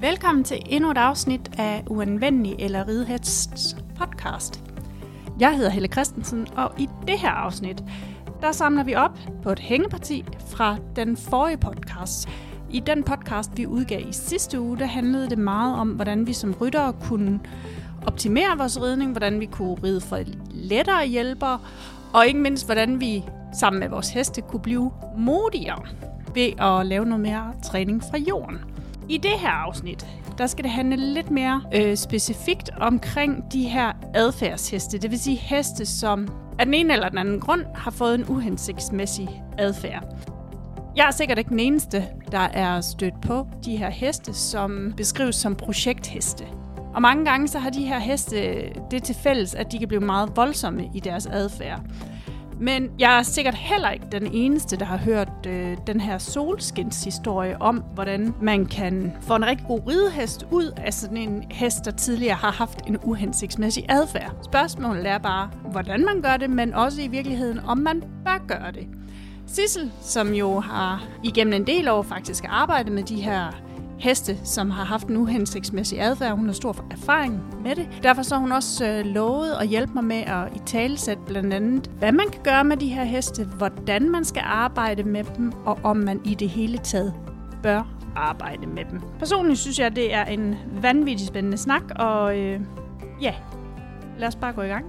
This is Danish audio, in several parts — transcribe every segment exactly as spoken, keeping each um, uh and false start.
Velkommen til endnu et afsnit af Uanvendelig eller Ridehests podcast. Jeg hedder Helle Christensen, og i det her afsnit, der samler vi op på et hængeparti fra den forrige podcast. I den podcast, vi udgav i sidste uge, der handlede det meget om, hvordan vi som ryttere kunne optimere vores ridning, hvordan vi kunne ride for lettere hjælpere, og ikke mindst, hvordan vi sammen med vores heste kunne blive modigere ved at lave noget mere træning fra jorden. I det her afsnit, der skal det handle lidt mere øh, specifikt omkring de her adfærdsheste. Det vil sige heste, som af den ene eller den anden grund har fået en uhensigtsmæssig adfærd. Jeg er sikkert ikke den eneste, der er stødt på de her heste, som beskrives som projektheste. Og mange gange så har de her heste det til fælles, at de kan blive meget voldsomme i deres adfærd. Men jeg er sikkert heller ikke den eneste, der har hørt øh, den her solskinshistorie om, hvordan man kan få en rigtig god ridehest ud af sådan en hest, der tidligere har haft en uhensigtsmæssig adfærd. Spørgsmålet er bare, hvordan man gør det, men også i virkeligheden, om man bør gøre det. Sissel, som jo har igennem en del år faktisk arbejdet med de her heste, som har haft en uhensigtsmæssig adfærd. Hun har stor erfaring med det. Derfor så har hun også øh, lovet at hjælpe mig med at italesætte blandt andet, hvad man kan gøre med de her heste, hvordan man skal arbejde med dem, og om man i det hele taget bør arbejde med dem. Personligt synes jeg, det er en vanvittig spændende snak, og øh, ja, lad os bare gå i gang.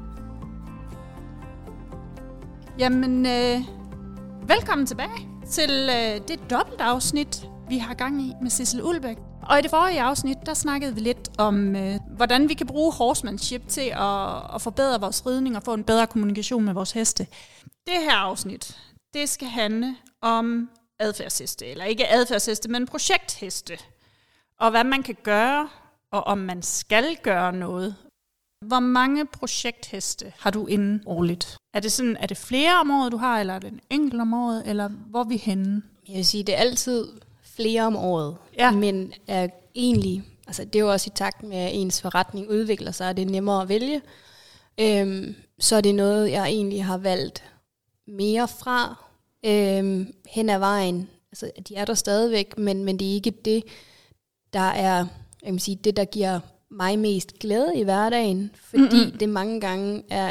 Jamen, øh, velkommen tilbage til øh, det dobbeltafsnit, vi har gang i med Sissel Ulbæk. Og i det forrige afsnit, der snakkede vi lidt om, øh, hvordan vi kan bruge horsemanship til at, at forbedre vores ridning og få en bedre kommunikation med vores heste. Det her afsnit, det skal handle om adfærdsheste, eller ikke adfærdsheste, men projektheste. Og hvad man kan gøre, og om man skal gøre noget. Hvor mange projektheste har du inden årligt? Er det sådan, er det flere om året, du har, eller er det en enkelt om året, eller hvor er vi henne? Jeg vil sige, det er altid flere om året, ja. Men er egentlig, altså det er jo også i takt med, at ens forretning udvikler sig, og det er nemmere at vælge. Øhm, så er det noget, jeg egentlig har valgt mere fra øhm, hen ad vejen. Altså, de er der stadigvæk, men, men det er ikke det, der er, jeg vil sige, det, der giver mig mest glæde i hverdagen, fordi mm-hmm. det mange gange er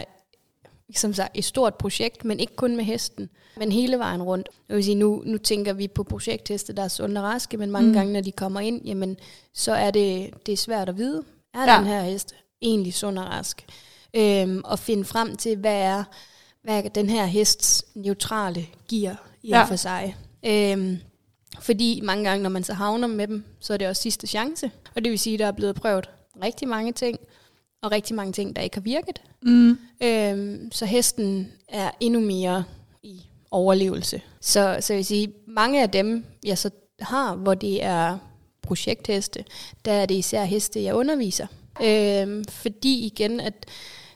som sagt et stort projekt, men ikke kun med hesten, men hele vejen rundt. Jeg vil sige, nu, nu tænker vi på projektheste, der er sunde og raske, men mange mm. gange, når de kommer ind, jamen, så er det, det er svært at vide, er ja. den her hest egentlig sund og rask? Øhm, og finde frem til, hvad er, hvad er den her hests neutrale gear i ja. for sig. Øhm, fordi mange gange, når man så havner med dem, så er det også sidste chance. Og det vil sige, at der er blevet prøvet rigtig mange ting, og rigtig mange ting, der ikke har virket. Mm. Øhm, så hesten er endnu mere i overlevelse. Så, så jeg vil sige, mange af dem, jeg så har, hvor det er projektheste, der er det især heste, jeg underviser. Øhm, fordi igen, at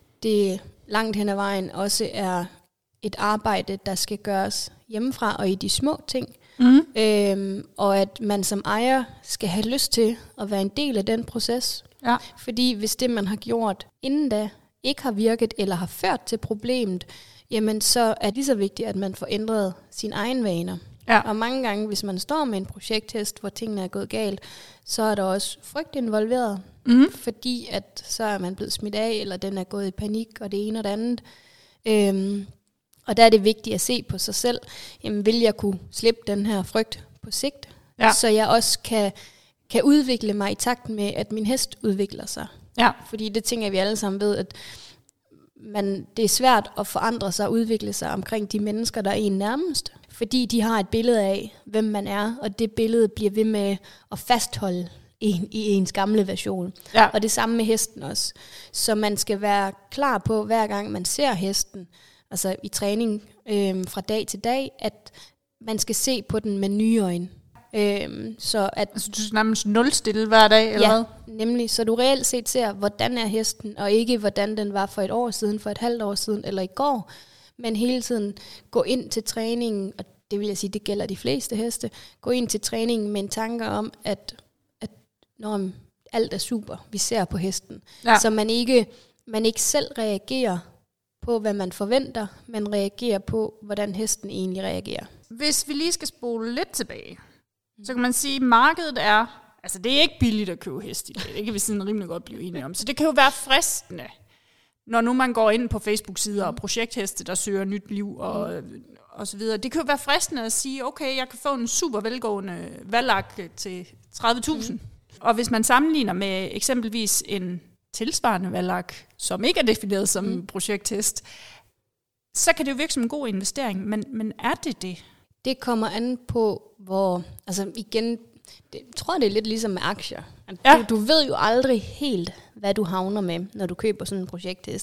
det langt hen ad vejen også er et arbejde, der skal gøres hjemmefra og i de små ting. Mm. Øhm, og at man som ejer skal have lyst til at være en del af den proces. Ja. Fordi hvis det, man har gjort inden da, ikke har virket eller har ført til problemet, jamen så er det lige så vigtigt, at man får ændret sine egne vaner. Ja. Og mange gange, hvis man står med en projekthest, hvor tingene er gået galt, så er der også frygt involveret, mm. fordi at så er man blevet smidt af, eller den er gået i panik, og det ene og det andet. Øhm, og der er det vigtigt at se på sig selv, jamen vil jeg kunne slippe den her frygt på sigt, ja. så jeg også kan... kan udvikle mig i takt med, at min hest udvikler sig. Ja. Fordi det tænker vi alle sammen ved, at man, det er svært at forandre sig og udvikle sig omkring de mennesker, der er en nærmest. Fordi de har et billede af, hvem man er, og det billede bliver ved med at fastholde en i ens gamle version. Ja. Og det samme med hesten også. Så man skal være klar på, hver gang man ser hesten, altså i træning øh, fra dag til dag, at man skal se på den med nye øjne. Øhm, så at altså du er nærmest nulstille hver dag, eller ja, hvad? Nemlig, så du reelt set ser, hvordan er hesten, og ikke hvordan den var for et år siden, for et halvt år siden, eller i går, men hele tiden gå ind til træningen, og det vil jeg sige, det gælder de fleste heste, gå ind til træningen med en tanke om, at, at når alt er super, vi ser på hesten, ja. så man ikke, man ikke selv reagerer på, hvad man forventer, men reagerer på, hvordan hesten egentlig reagerer. Hvis vi lige skal spole lidt tilbage, så kan man sige, at markedet er altså det er ikke billigt at købe hest i dag. Det kan vi sådan rimelig godt blive enige om. Så det kan jo være fristende, når nu man går ind på Facebook-sider og projektheste, der søger nyt liv og, og så videre. Det kan jo være fristende at sige, okay, jeg kan få en super velgående valak til tredive tusind. Mm. Og hvis man sammenligner med eksempelvis en tilsvarende valak, som ikke er defineret som mm. projekthest, så kan det jo virke som en god investering. Men, men er det det? Det kommer an på, hvor, altså igen, det, jeg tror det er lidt ligesom med aktier. Ja. Du, du ved jo aldrig helt, hvad du havner med, når du køber sådan en projekthest.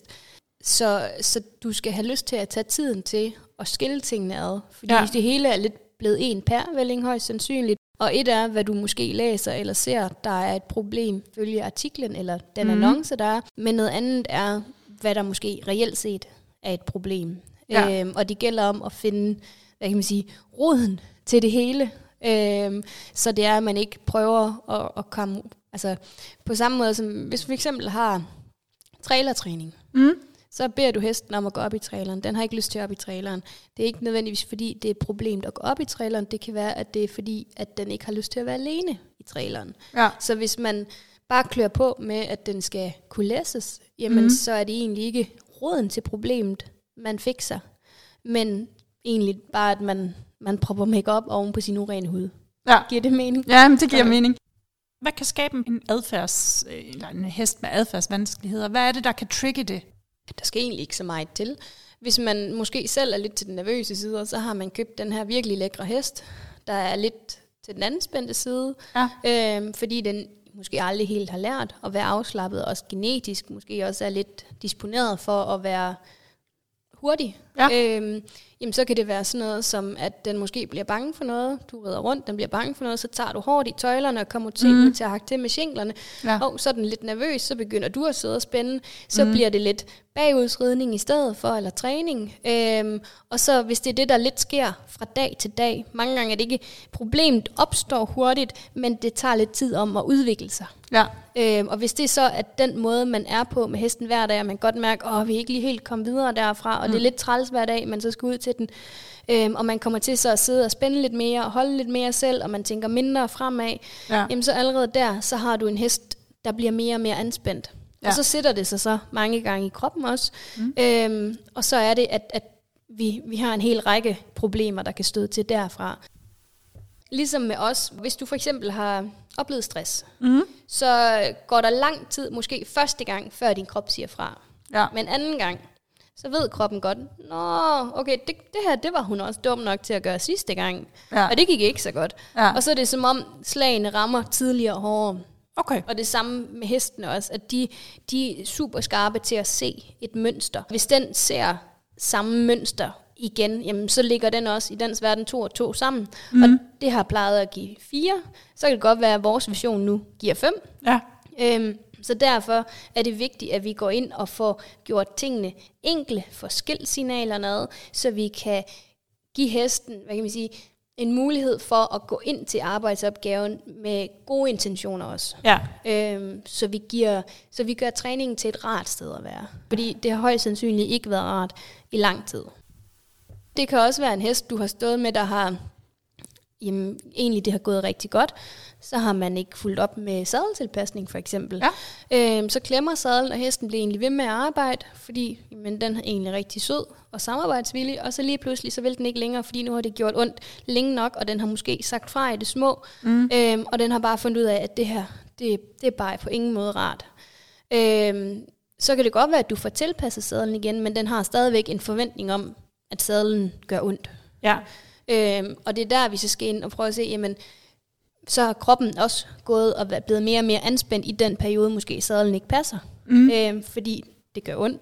Så, så du skal have lyst til at tage tiden til at skille tingene ad. Fordi ja. det hele er lidt blevet en pærevælling højst sandsynligt. Og et er, hvad du måske læser eller ser, der er et problem følge artiklen eller den mm. annonce, der er. Men noget andet er, hvad der måske reelt set er et problem. Ja. Øhm, og det gælder om at finde, hvad kan man sige, roden til det hele. Øhm, så det er, at man ikke prøver at, at komme, altså på samme måde som, hvis vi fx har trailertræning, mm. så beder du hesten om at gå op i traileren. Den har ikke lyst til at op i traileren. Det er ikke nødvendigvis, fordi det er et problem at gå op i traileren. Det kan være, at det er fordi, at den ikke har lyst til at være alene i traileren. Ja. Så hvis man bare klør på med, at den skal kunne læses, jamen mm. så er det egentlig ikke roden til problemet, man fikser. Men egentlig bare, at man, man propper make-up oven på sin urene hud. Ja. Giver det mening? Ja, men det giver okay. mening. Hvad kan skabe en adfærds, eller en hest med adfærdsvanskeligheder? Hvad er det, der kan trigge det? Der skal egentlig ikke så meget til. Hvis man måske selv er lidt til den nervøse side, så har man købt den her virkelig lækre hest, der er lidt til den anden spændte side, ja. øhm, fordi den måske aldrig helt har lært at være afslappet, og også genetisk måske også er lidt disponeret for at være hurtig. Ja. Øhm, jamen så kan det være sådan noget som, at den måske bliver bange for noget. Du rider rundt, den bliver bange for noget, så tager du hårdt i tøjlerne og kommer til, mm. til at hakke til med skinklerne. Ja. Og så er den lidt nervøs, så begynder du at sidde og spænde. Så mm. bliver det lidt bagudsridning i stedet for, eller træning. Øhm, og så hvis det er det, der lidt sker fra dag til dag, mange gange er det ikke, problemet opstår hurtigt, men det tager lidt tid om at udvikle sig. Ja. Øhm, og hvis det er så, at den måde, man er på med hesten hver dag, og man godt mærker, åh, vi er ikke lige helt kommet videre derfra, og mm. det er lidt træls hver dag, men så skal ud til den, øhm, og man kommer til så at sidde og spænde lidt mere, og holde lidt mere selv, og man tænker mindre fremad, ja. Jamen så allerede der, så har du en hest, der bliver mere og mere anspændt. Ja. Og så sætter det sig så mange gange i kroppen også. Mm. Øhm, og så er det, at, at vi, vi har en hel række problemer, der kan støde til derfra. Ligesom med os, hvis du for eksempel har oplevet stress, mm. så går der lang tid, måske første gang, før din krop siger fra. Ja. Men anden gang, så ved kroppen godt, nå, okay, det, det her, det var hun også dum nok til at gøre sidste gang. Ja. Og det gik ikke så godt. Ja. Og så er det som om slagene rammer tidligere og hårdere. Okay. Og det samme med hestene også, at de, de er super skarpe til at se et mønster. Hvis den ser samme mønster igen, jamen så ligger den også i dens verden to og to sammen. Mm. Og det har plejet at give fire. Så kan det godt være, at vores vision nu giver fem. Ja. Øhm, så derfor er det vigtigt, at vi går ind og får gjort tingene enkle, får skilt signalerne ad, så vi kan give hesten, hvad kan man sige, en mulighed for at gå ind til arbejdsopgaven med gode intentioner også. Ja. Øhm, så, vi giver, så vi gør træningen til et rart sted at være. Fordi det har højst sandsynligt ikke været rart i lang tid. Det kan også være en hest, du har stået med, der har, jamen, egentlig det har gået rigtig godt. Så har man ikke fulgt op med sadeltilpasning for eksempel. Ja. Øhm, så klemmer sadlen, og hesten bliver egentlig ved med at arbejde, fordi jamen, den er egentlig rigtig sød og samarbejdsvillig, og så lige pludselig, så vil den ikke længere, fordi nu har det gjort ondt længe nok, og den har måske sagt fra i det små, mm. øhm, og den har bare fundet ud af, at det her, det, det er bare på ingen måde rart. Øhm, så kan det godt være, at du får tilpasset sadlen igen, men den har stadigvæk en forventning om, at sadlen gør ondt. Ja. Øhm, og det er der, vi så skal ind og prøve at se, jamen, så har kroppen også gået og været blevet mere og mere anspændt i den periode, måske sadlen ikke passer, mm. øhm, fordi det gør ondt.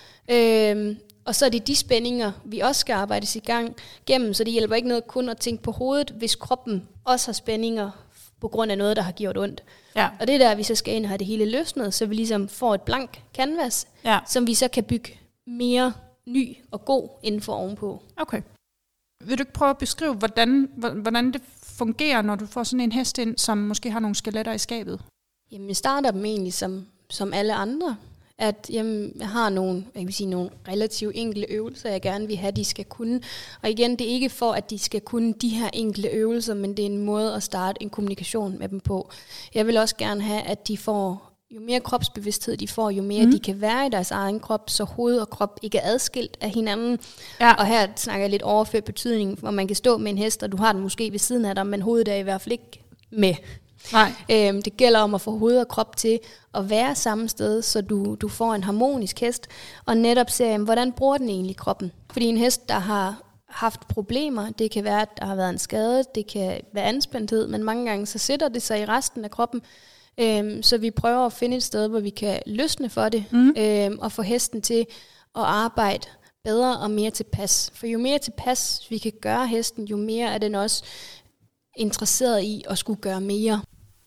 Øhm, og så er det de spændinger, vi også skal arbejdes i gang gennem, så det hjælper ikke noget kun at tænke på hovedet, hvis kroppen også har spændinger på grund af noget, der har gjort ondt. Ja. Og det er der, vi så skal ind og have det hele løsnet, så vi ligesom får et blank canvas, ja. Som vi så kan bygge mere ny og god inden for ovenpå. Okay. Vil du ikke prøve at beskrive, hvordan, hvordan det fungerer, når du får sådan en hest ind, som måske har nogle skeletter i skabet? Jamen, vi starter dem egentlig som, som alle andre. At jamen, jeg har nogle, jeg kan sige, nogle relativt enkle øvelser, jeg gerne vil have, de skal kunne. Og igen, det er ikke for, at de skal kunne de her enkle øvelser, men det er en måde at starte en kommunikation med dem på. Jeg vil også gerne have, at de får, jo mere kropsbevidsthed de får, jo mere mm. de kan være i deres egen krop, så hoved og krop ikke er adskilt af hinanden. Ja. Og her snakker jeg lidt overført betydning, hvor man kan stå med en hest, og du har den måske ved siden af dig, men hovedet er i hvert fald ikke med. Nej. Øhm, det gælder om at få hoved og krop til at være samme sted, så du, du får en harmonisk hest, og netop ser, jamen, hvordan bruger den egentlig kroppen. Fordi en hest, der har haft problemer, det kan være, at der har været en skade, det kan være anspændthed, men mange gange så sætter det sig i resten af kroppen. Øhm, så vi prøver at finde et sted, hvor vi kan løsne for det, mm. øhm, og få hesten til at arbejde bedre og mere tilpas. For jo mere tilpas vi kan gøre hesten, jo mere er den også interesseret i at skulle gøre mere.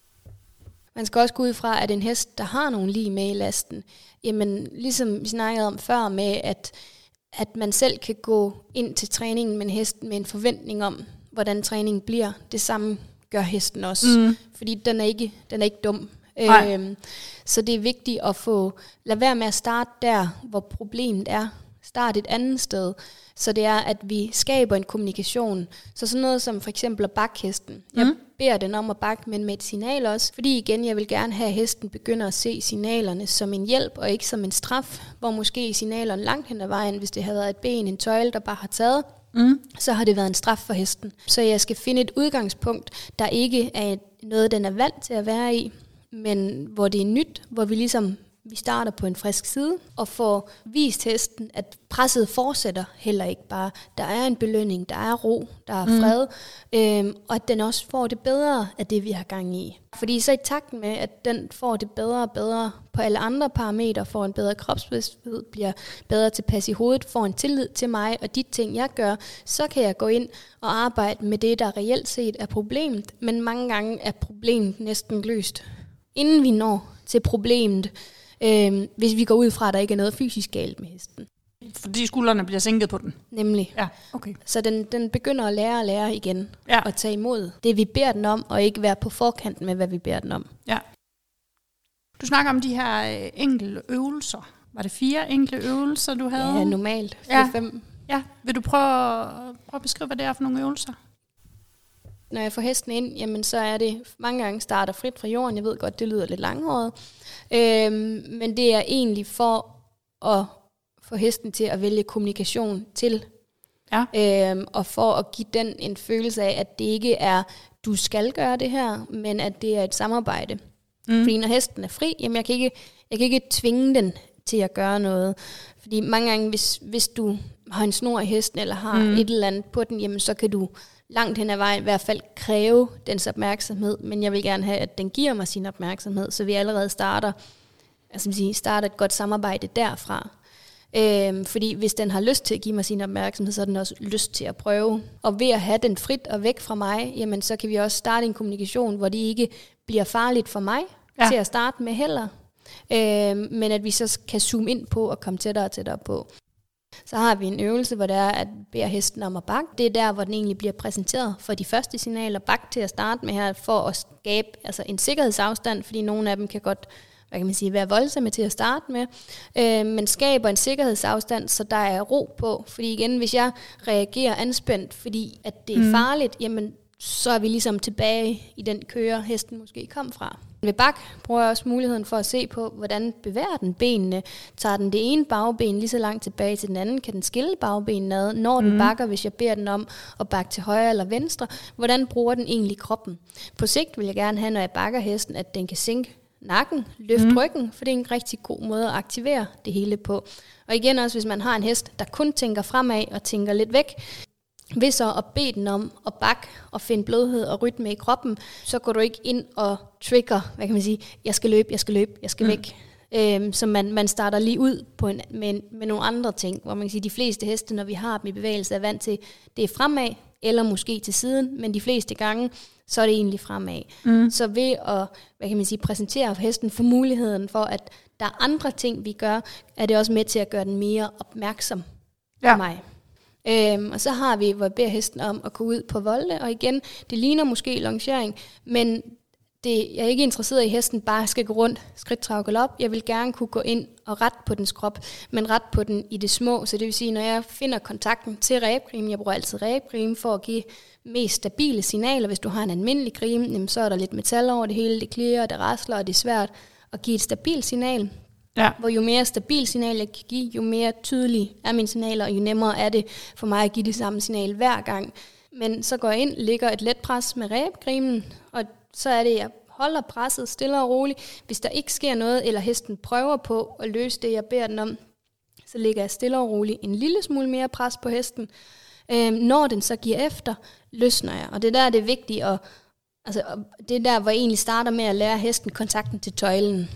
Man skal også gå ud fra, at en hest, der har nogle lig med i lasten, jamen ligesom vi snakkede om før med, at, at man selv kan gå ind til træningen med en hest med en forventning om, hvordan træningen bliver. Det samme gør hesten også, mm. fordi den er ikke, den er ikke dum. Øhm, så det er vigtigt at få, lad være med at starte der, hvor problemet er. Start et andet sted, så det er, at vi skaber en kommunikation. Så sådan noget som for eksempel at bakke hesten. Jeg mm. beder den om at bakke, men med et signal også. Fordi igen, jeg vil gerne have, at hesten begynder at se signalerne som en hjælp, og ikke som en straf, hvor måske signalerne langt hen ad vejen, hvis det havde været et ben, en tøjle, der bare har taget, mm. så har det været en straf for hesten. Så jeg skal finde et udgangspunkt, der ikke er noget, den er vant til at være i, men hvor det er nyt, hvor vi ligesom vi starter på en frisk side og får vist hesten, at presset fortsætter heller ikke bare. Der er en belønning, der er ro, der er fred, mm. øhm, og at den også får det bedre af det, vi har gang i. Fordi så i takt med, at den får det bedre og bedre på alle andre parametre, får en bedre kropsbevidsthed, bliver bedre tilpas i hovedet, får en tillid til mig og de ting, jeg gør, så kan jeg gå ind og arbejde med det, der reelt set er problemet. Men mange gange er problemet næsten løst, inden vi når til problemet, Øhm, hvis vi går ud fra, at der ikke er noget fysisk galt med hesten. Fordi skuldrene bliver sænket på den? Nemlig. Ja, okay. Så den, den begynder at lære og lære igen, ja. og tage imod det, vi beder den om, og ikke være på forkant med, hvad vi beder den om. Ja. Du snakker om de her øh, enkelte øvelser. Var det fire enkle øvelser, du havde? Ja, normalt. fire fem. Ja. ja. Vil du prøve, prøve at beskrive, hvad det er for nogle øvelser? Når jeg får hesten ind, jamen så er det mange gange starter frit fra jorden. Jeg ved godt, det lyder lidt langhåret. Øhm, men det er egentlig for at få hesten til at vælge kommunikation til. Ja. Øhm, og for at give den en følelse af, at det ikke er, du skal gøre det her, men at det er et samarbejde. Mm. Fordi når hesten er fri, jamen jeg kan ikke, jeg kan ikke tvinge den til at gøre noget. Fordi mange gange, hvis, hvis du har en snor i hesten, eller har mm. et eller andet på den, jamen så kan du langt hen ad vejen i hvert fald kræve dens opmærksomhed, men jeg vil gerne have, at den giver mig sin opmærksomhed, så vi allerede starter, altså sige, starter et godt samarbejde derfra. Øhm, fordi hvis den har lyst til at give mig sin opmærksomhed, så har den også lyst til at prøve. Og ved at have den frit og væk fra mig, jamen så kan vi også starte en kommunikation, hvor det ikke bliver farligt for mig ja. til at starte med heller, øhm, men at vi så kan zoome ind på og komme tættere og tættere på. Så har vi en øvelse, hvor det er at bede hesten om at bakke. Det er der, hvor den egentlig bliver præsenteret for de første signaler. Bak til at starte med her, for at skabe altså en sikkerhedsafstand, fordi nogle af dem kan godt hvad kan man sige, være voldsomme til at starte med. Øh, men skaber en sikkerhedsafstand, så der er ro på. Fordi igen, hvis jeg reagerer anspændt, fordi at det er farligt, mm. jamen så er vi ligesom tilbage i den køre, hesten måske kom fra. Ved bak bruger jeg også muligheden for at se på, hvordan bevæger den benene. Tager den det ene bagben lige så langt tilbage til den anden? Kan den skille bagbenene ad? Når den mm. bakker, hvis jeg beder den om at bakke til højre eller venstre? Hvordan bruger den egentlig kroppen? På sigt vil jeg gerne have, når jeg bakker hesten, at den kan sænke nakken, løfte mm. ryggen, for det er en rigtig god måde at aktivere det hele på. Og igen også, hvis man har en hest, der kun tænker fremad og tænker lidt væk, ved så at bede den om at bakke og finde blødhed og rytme i kroppen, så går du ikke ind og trigger, hvad kan man sige, jeg skal løbe, jeg skal løbe, jeg skal mm. væk. Øhm, så man, man starter lige ud på en, med, med nogle andre ting, hvor man kan sige, de fleste heste, når vi har dem i bevægelse, er vant til, det er fremad, eller måske til siden, men de fleste gange, så er det egentlig fremad. Mm. Så ved at, hvad kan man sige, præsentere hesten for muligheden for, at der er andre ting, vi gør, er det også med til at gøre den mere opmærksom ja. på mig. Øhm, og så har vi, hvor jeg beder hesten om at gå ud på volde, og igen, det ligner måske longering, men det, jeg er ikke interesseret i, at hesten bare skal gå rundt, skridt, trav, galop. Jeg vil gerne kunne gå ind og rette på dens krop, men rette på den i det små. Så det vil sige, når jeg finder kontakten til rebgrimen, jeg bruger altid rebgrimen for at give mest stabile signaler. Hvis du har en almindelig grime, så er der lidt metal over det hele, det klirrer, det rasler, og det er svært at give et stabilt signal. Ja. Hvor jo mere stabilt signal jeg kan give, jo mere tydelige er mine signaler, og jo nemmere er det for mig at give det samme signal hver gang. Men så går jeg ind, lægger et let pres med rebgrimen, og så er det, jeg holder presset stille og roligt. Hvis der ikke sker noget, eller hesten prøver på at løse det, jeg beder den om, så lægger jeg stille og roligt en lille smule mere pres på hesten. Øhm, når den så giver efter, løsner jeg. Og det der er det vigtige, og altså, det er der, hvor jeg egentlig starter med at lære hesten kontakten til tøjlen.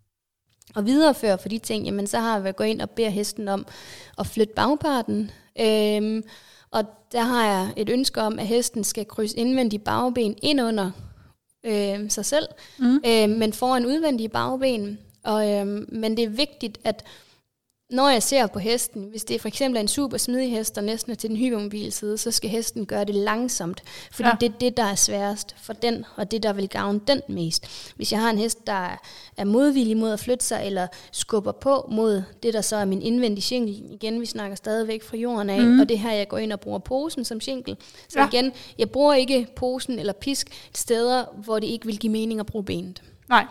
Og videreføre for de ting, jamen så har jeg været gå ind og beder hesten om at flytte bagparten. Øhm, og der har jeg et ønske om, at hesten skal krydse indvendige bagben ind under øh, sig selv, mm. øh, men foran udvendige bagben. Og, øh, men det er vigtigt, at når jeg ser på hesten, hvis det for eksempel er en super smidig hest, der næsten er til den hypermobile side, så skal hesten gøre det langsomt, fordi ja. det er det, der er sværest for den, og det, der vil gavne den mest. Hvis jeg har en hest, der er modvillig mod at flytte sig, eller skubber på mod det, der så er min indvendige shinkel, igen, vi snakker stadigvæk fra jorden af, mm. og det her, jeg går ind og bruger posen som shinkel. Så ja. igen, jeg bruger ikke posen eller pisk steder, hvor det ikke vil give mening at bruge benet. Nej.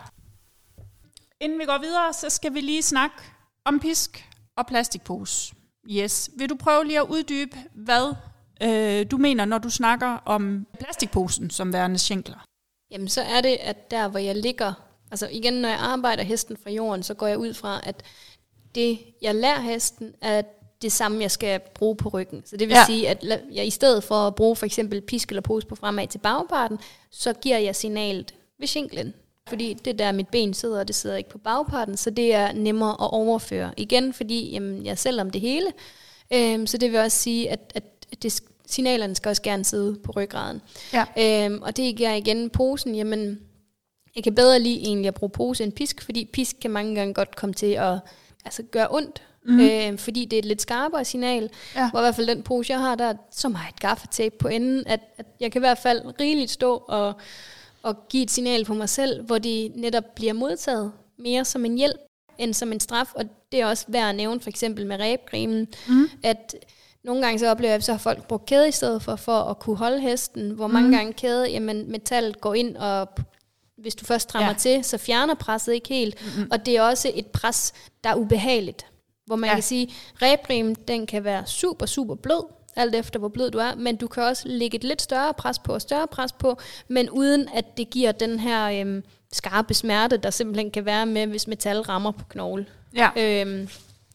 Inden vi går videre, så skal vi lige snakke om pisk og plastikpose. Yes. Vil du prøve lige at uddybe, hvad øh, du mener, når du snakker om plastikposen som værende shinkler? Jamen, så er det, at der, hvor jeg ligger, altså igen, når jeg arbejder hesten fra jorden, så går jeg ud fra, at det, jeg lærer hesten, er det samme, jeg skal bruge på ryggen. Så det vil ja. sige, at jeg i stedet for at bruge for eksempel pisk eller pose på fremad til bagparten, så giver jeg signalet ved shinklen. Fordi det der mit ben sidder, det sidder ikke på bagparten, så det er nemmere at overføre. Igen, fordi jamen, jeg er selv om det hele. Øhm, så det vil også sige, at, at det, signalerne skal også gerne sidde på ryggraden. Ja. Øhm, og det er igen posen. Jamen, jeg kan bedre lide egentlig at bruge pose end pisk, fordi pisk kan mange gange godt komme til at altså, gøre ondt. Mm. Øhm, fordi det er et lidt skarpere signal. Ja. Hvor i hvert fald den pose, jeg har, der er så meget gaffatape på enden, at, at jeg kan i hvert fald rigeligt stå og og give et signal på mig selv, hvor de netop bliver modtaget mere som en hjælp, end som en straf. Og det er også værd at nævne, for eksempel med rebgrimen, mm. at nogle gange så oplever jeg, at så har folk brugt kæde i stedet for, for at kunne holde hesten, hvor mange mm. gange kæde, jamen metallet går ind, og hvis du først strammer ja. til, så fjerner presset ikke helt. Mm-hmm. Og det er også et pres, der er ubehageligt. Hvor man ja. kan sige, rebgrimen, den kan være super, super blød, alt efter hvor blød du er, men du kan også lægge et lidt større pres på og større pres på, men uden at det giver den her øhm, skarpe smerte, der simpelthen kan være med, hvis metal rammer på knogle. Ja. Øhm,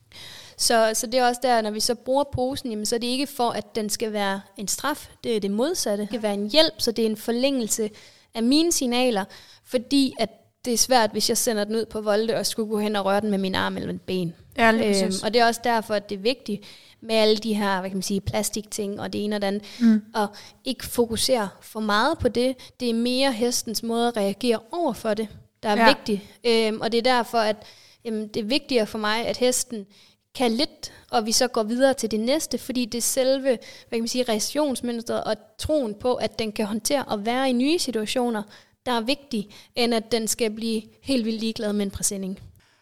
så, så det er også der, når vi så bruger posen, jamen, så er det ikke for, at den skal være en straf, det er det modsatte. Det skal være en hjælp, så det er en forlængelse af mine signaler, fordi at det er svært, hvis jeg sender den ud på volde, og skulle gå hen og røre den med min arm eller mit ben. Ja, øhm, og det er også derfor, at det er vigtigt med alle de her, hvad kan man sige, plastikting og det ene og det andet, mm. og ikke fokusere for meget på det. Det er mere hestens måde at reagere over for det, der er ja. vigtigt. Øhm, og det er derfor, at jamen, det er vigtigere for mig, at hesten kan lidt, og vi så går videre til det næste, fordi det er selve, hvad kan man sige, reaktionsmønstret og troen på, at den kan håndtere at være i nye situationer, der er vigtig, end at den skal blive helt vildt ligeglad med en præsending.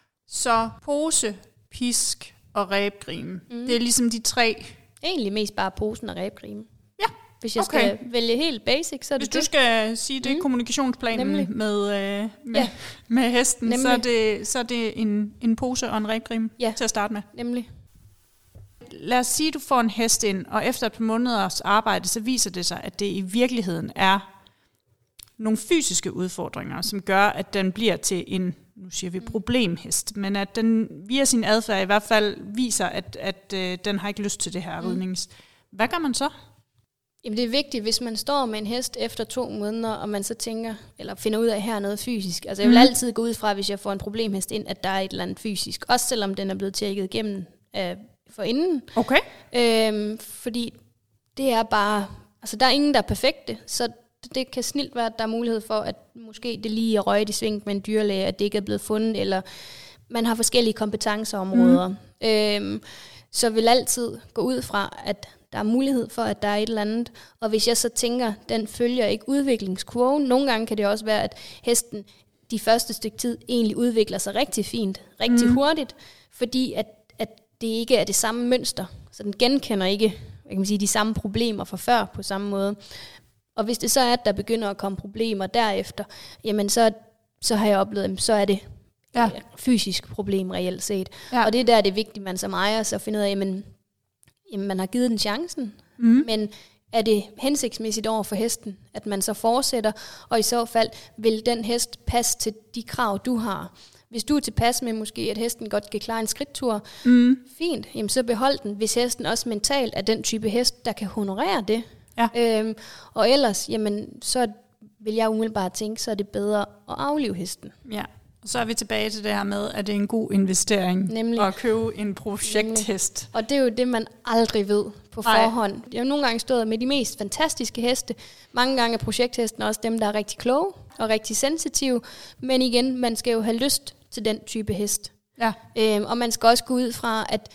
Så pose, pisk og rebgrime, mm. det er ligesom de tre? Egentlig mest bare posen og rebgrime. Ja, Hvis jeg okay. skal vælge helt basic, så er Hvis det du det. skal sige, det er mm. kommunikationsplanen med, øh, med, ja. med hesten, så er det, så er det en, en pose og en rebgrime ja. til at starte med. Nemlig. Lad os sige, at du får en hest ind, og efter et par måneders arbejde, så viser det sig, at det i virkeligheden er nogle fysiske udfordringer, som gør, at den bliver til en, nu siger vi problemhest, men at den via sin adfærd i hvert fald viser, at, at øh, den har ikke lyst til det her mm. ridnings. Hvad gør man så? Jamen det er vigtigt, hvis man står med en hest efter to måneder, og man så tænker, eller finder ud af, at her er noget fysisk. Altså jeg vil mm. altid gå ud fra, hvis jeg får en problemhest ind, at der er et eller andet fysisk. Også selvom den er blevet tjekket igennem øh, forinden. Okay. Øhm, fordi det er bare, altså der er ingen, der er perfekte, så det kan snilt være, at der er mulighed for, at måske det lige er røget i sving med en dyrlæge, at det ikke er blevet fundet, eller man har forskellige kompetenceområder. Mm. Øhm, så vil altid gå ud fra, at der er mulighed for, at der er et eller andet. Og hvis jeg så tænker, den følger ikke udviklingskurven. Nogle gange kan det også være, at hesten de første stykke tid egentlig udvikler sig rigtig fint, rigtig mm. hurtigt, fordi at, at det ikke er det samme mønster. Så den genkender ikke, jeg kan sige, de samme problemer fra før på samme måde. Og hvis det så er, at der begynder at komme problemer derefter, jamen så, så har jeg oplevet, så er det ja. et fysisk problem reelt set. Ja. Og det er der, det er vigtigt, man som ejer så finder ud af, jamen, jamen man har givet den chancen, mm. men er det hensigtsmæssigt over for hesten, at man så fortsætter, og i så fald vil den hest passe til de krav, du har. Hvis du er tilpas med måske, at hesten godt kan klare en skridttur, mm. fint, jamen så behold den, hvis hesten også mentalt er den type hest, der kan honorere det. Ja. Øhm, og ellers, jamen, så vil jeg umiddelbart tænke, så er det bedre at aflive hesten. Ja, og så er vi tilbage til det her med, at det er en god investering Nemlig. at købe en projekthest. Nemlig. Og det er jo det, man aldrig ved på Ej. forhånd. Jeg har nogle gange stået med de mest fantastiske heste. Mange gange er projekthesten også dem, der er rigtig kloge og rigtig sensitive. Men igen, man skal jo have lyst til den type hest. Ja. Øhm, og man skal også gå ud fra, at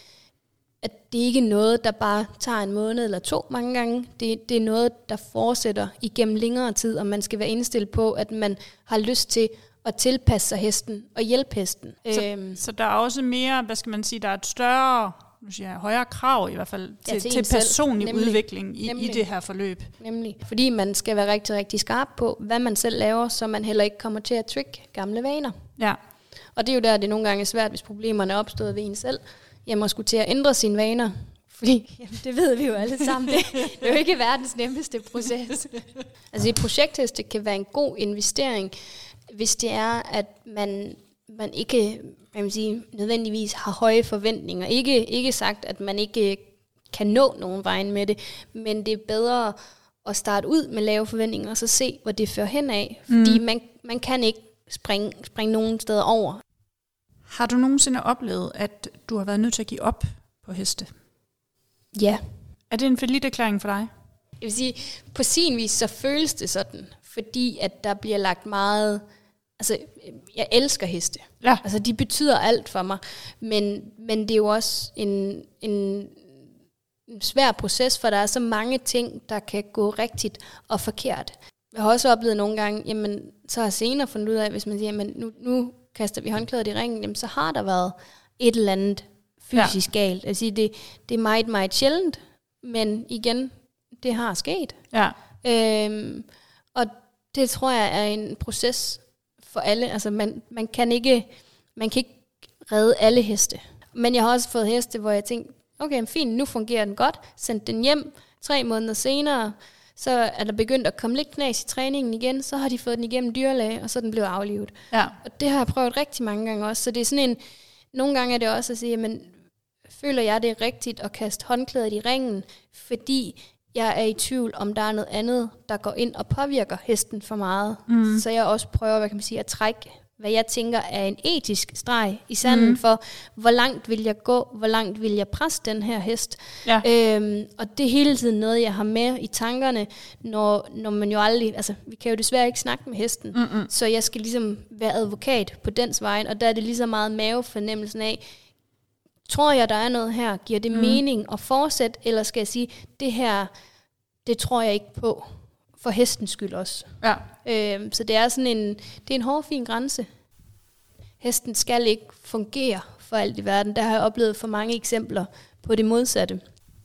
at det ikke er noget, der bare tager en måned eller to mange gange. Det, det er noget, der fortsætter igennem længere tid, og man skal være indstillet på, at man har lyst til at tilpasse sig hesten og hjælpe hesten. Så, øhm. så der er også mere, hvad skal man sige, der er et større, nu siger jeg, højere krav i hvert fald til, ja, til, til personlig Nemlig. udvikling i, i det her forløb. Nemlig. Fordi man skal være rigtig, rigtig skarp på, hvad man selv laver, så man heller ikke kommer til at trigge gamle vaner. Ja. Og det er jo der, det nogle gange er svært, hvis problemerne er opstået ved en selv. Jeg må skulle til at ændre sine vaner, fordi jamen, det ved vi jo alle sammen, det, det er jo ikke verdens nemmeste proces. Altså et projekthest, det kan være en god investering, hvis det er, at man, man ikke man sige, nødvendigvis har høje forventninger. Ikke, ikke sagt, at man ikke kan nå nogen vejen med det, men det er bedre at starte ud med lave forventninger, og så se, hvor det fører hen af. Fordi mm. man, man kan ikke springe, springe nogen steder over. Har du nogensinde oplevet, at du har været nødt til at give op på heste? Ja. Er det en falliterklæring for dig? Jeg vil sige, på sin vis så føles det sådan, fordi at der bliver lagt meget. Altså, jeg elsker heste. Ja. Altså, de betyder alt for mig, men men det er jo også en en, en svær proces, for der er så mange ting, der kan gå rigtigt og forkert. Jeg har også oplevet nogle gange, jamen så har jeg senere fundet ud af, hvis man siger, jamen nu nu kaster vi håndklædet i ringen, jamen, så har der været et eller andet fysisk ja. galt. Altså, det, det er meget, meget sjældent, men igen, det har sket. Ja. Øhm, og det tror jeg er en proces for alle. Altså, man, man, kan ikke, man kan ikke redde alle heste. Men jeg har også fået heste, hvor jeg tænkte, okay, fint, nu fungerer den godt. Sendt den hjem tre måneder senere, så er der begyndt at komme lidt knas i træningen igen, så har de fået den igennem dyrlæge, og så er den blevet aflivet. Ja. Og det har jeg prøvet rigtig mange gange også, så det er sådan en, nogle gange er det også at sige, men føler jeg det er rigtigt at kaste håndklædet i ringen, fordi jeg er i tvivl, om der er noget andet, der går ind og påvirker hesten for meget. Mm. Så jeg også prøver, hvad kan man sige, at trække, hvad jeg tænker er en etisk streg i sanden mm. for, hvor langt vil jeg gå, hvor langt vil jeg presse den her hest. Ja. Øhm, og det er hele tiden noget, jeg har med i tankerne, når, når man jo aldrig, altså vi kan jo desværre ikke snakke med hesten, Mm-mm. så jeg skal ligesom være advokat på dens vejen, og der er det lige så meget mavefornemmelsen af, tror jeg, der er noget her, giver det mm. mening at fortsætte, eller skal jeg sige, det her, det tror jeg ikke på. For hestens skyld også. Ja. Øhm, så det er sådan en, det er en hård, fin grænse. Hesten skal ikke fungere for alt i verden. Der har jeg oplevet for mange eksempler på det modsatte.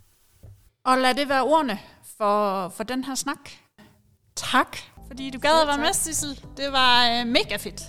Og lad det være ordene for, for den her snak. Tak, fordi du gad at være med, Sissel. Det var øh, mega fedt.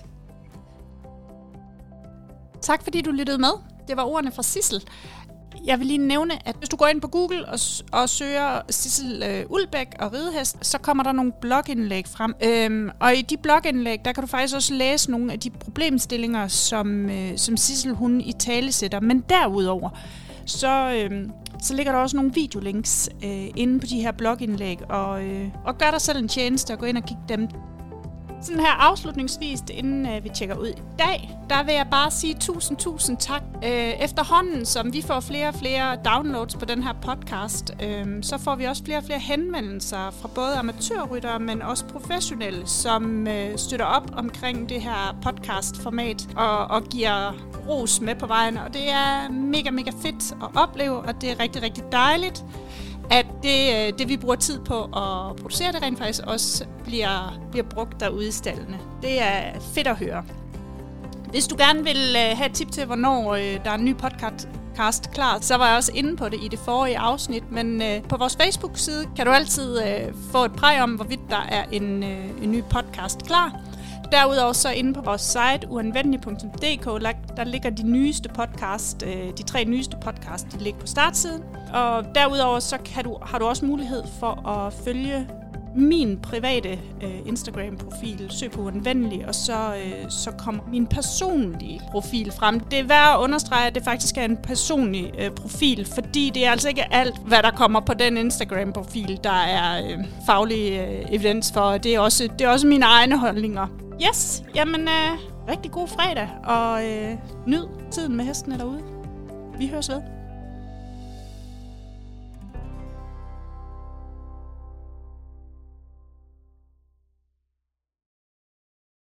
Tak, fordi du lyttede med. Det var ordene fra Sissel. Jeg vil lige nævne, at hvis du går ind på Google og, og søger Sissel øh, Ulbæk og ridehest, så kommer der nogle blogindlæg frem. Øhm, og i de blogindlæg, der kan du faktisk også læse nogle af de problemstillinger, som, øh, som Sissel hun i tale sætter. Men derudover, så, øh, så ligger der også nogle videolinks øh, inde på de her blogindlæg. Og, øh, og gør dig selv en tjeneste og gå ind og kigge dem. Sådan her afslutningsvis, inden øh, vi tjekker ud i dag, der vil jeg bare sige tusind, tusind tak. Øh, efterhånden, som vi får flere og flere downloads på den her podcast, øh, så får vi også flere og flere henvendelser fra både amatørryttere, men også professionelle, som øh, støtter op omkring det her podcast-format og, og giver ros med på vejen. Og det er mega, mega fedt at opleve, og det er rigtig, rigtig dejligt. at det, det vi bruger tid på at producere, det rent faktisk også bliver, bliver brugt derude i staldene. Det er fedt at høre. Hvis du gerne vil have et tip til, hvornår der er en ny podcast klar, så var jeg også inde på det i det forrige afsnit, men på vores Facebook-side kan du altid få et præg om, hvorvidt der er en, en ny podcast klar. Derudover så inde på vores site uanvendelig punktum d k, der ligger de nyeste podcast, de tre nyeste podcast, de ligger på startsiden. Og derudover så kan du, har du også mulighed for at følge min private øh, Instagram-profil, søg på uanvendelig, og så, øh, så kommer min personlige profil frem. Det er værd at understrege, at det faktisk er en personlig øh, profil, fordi det er altså ikke alt, hvad der kommer på den Instagram-profil, der er øh, faglig øh, evidens for. Det er, også, det er også mine egne holdninger. Yes, jamen øh, rigtig god fredag, og øh, nyd tiden med hestene derude. Vi høres ved.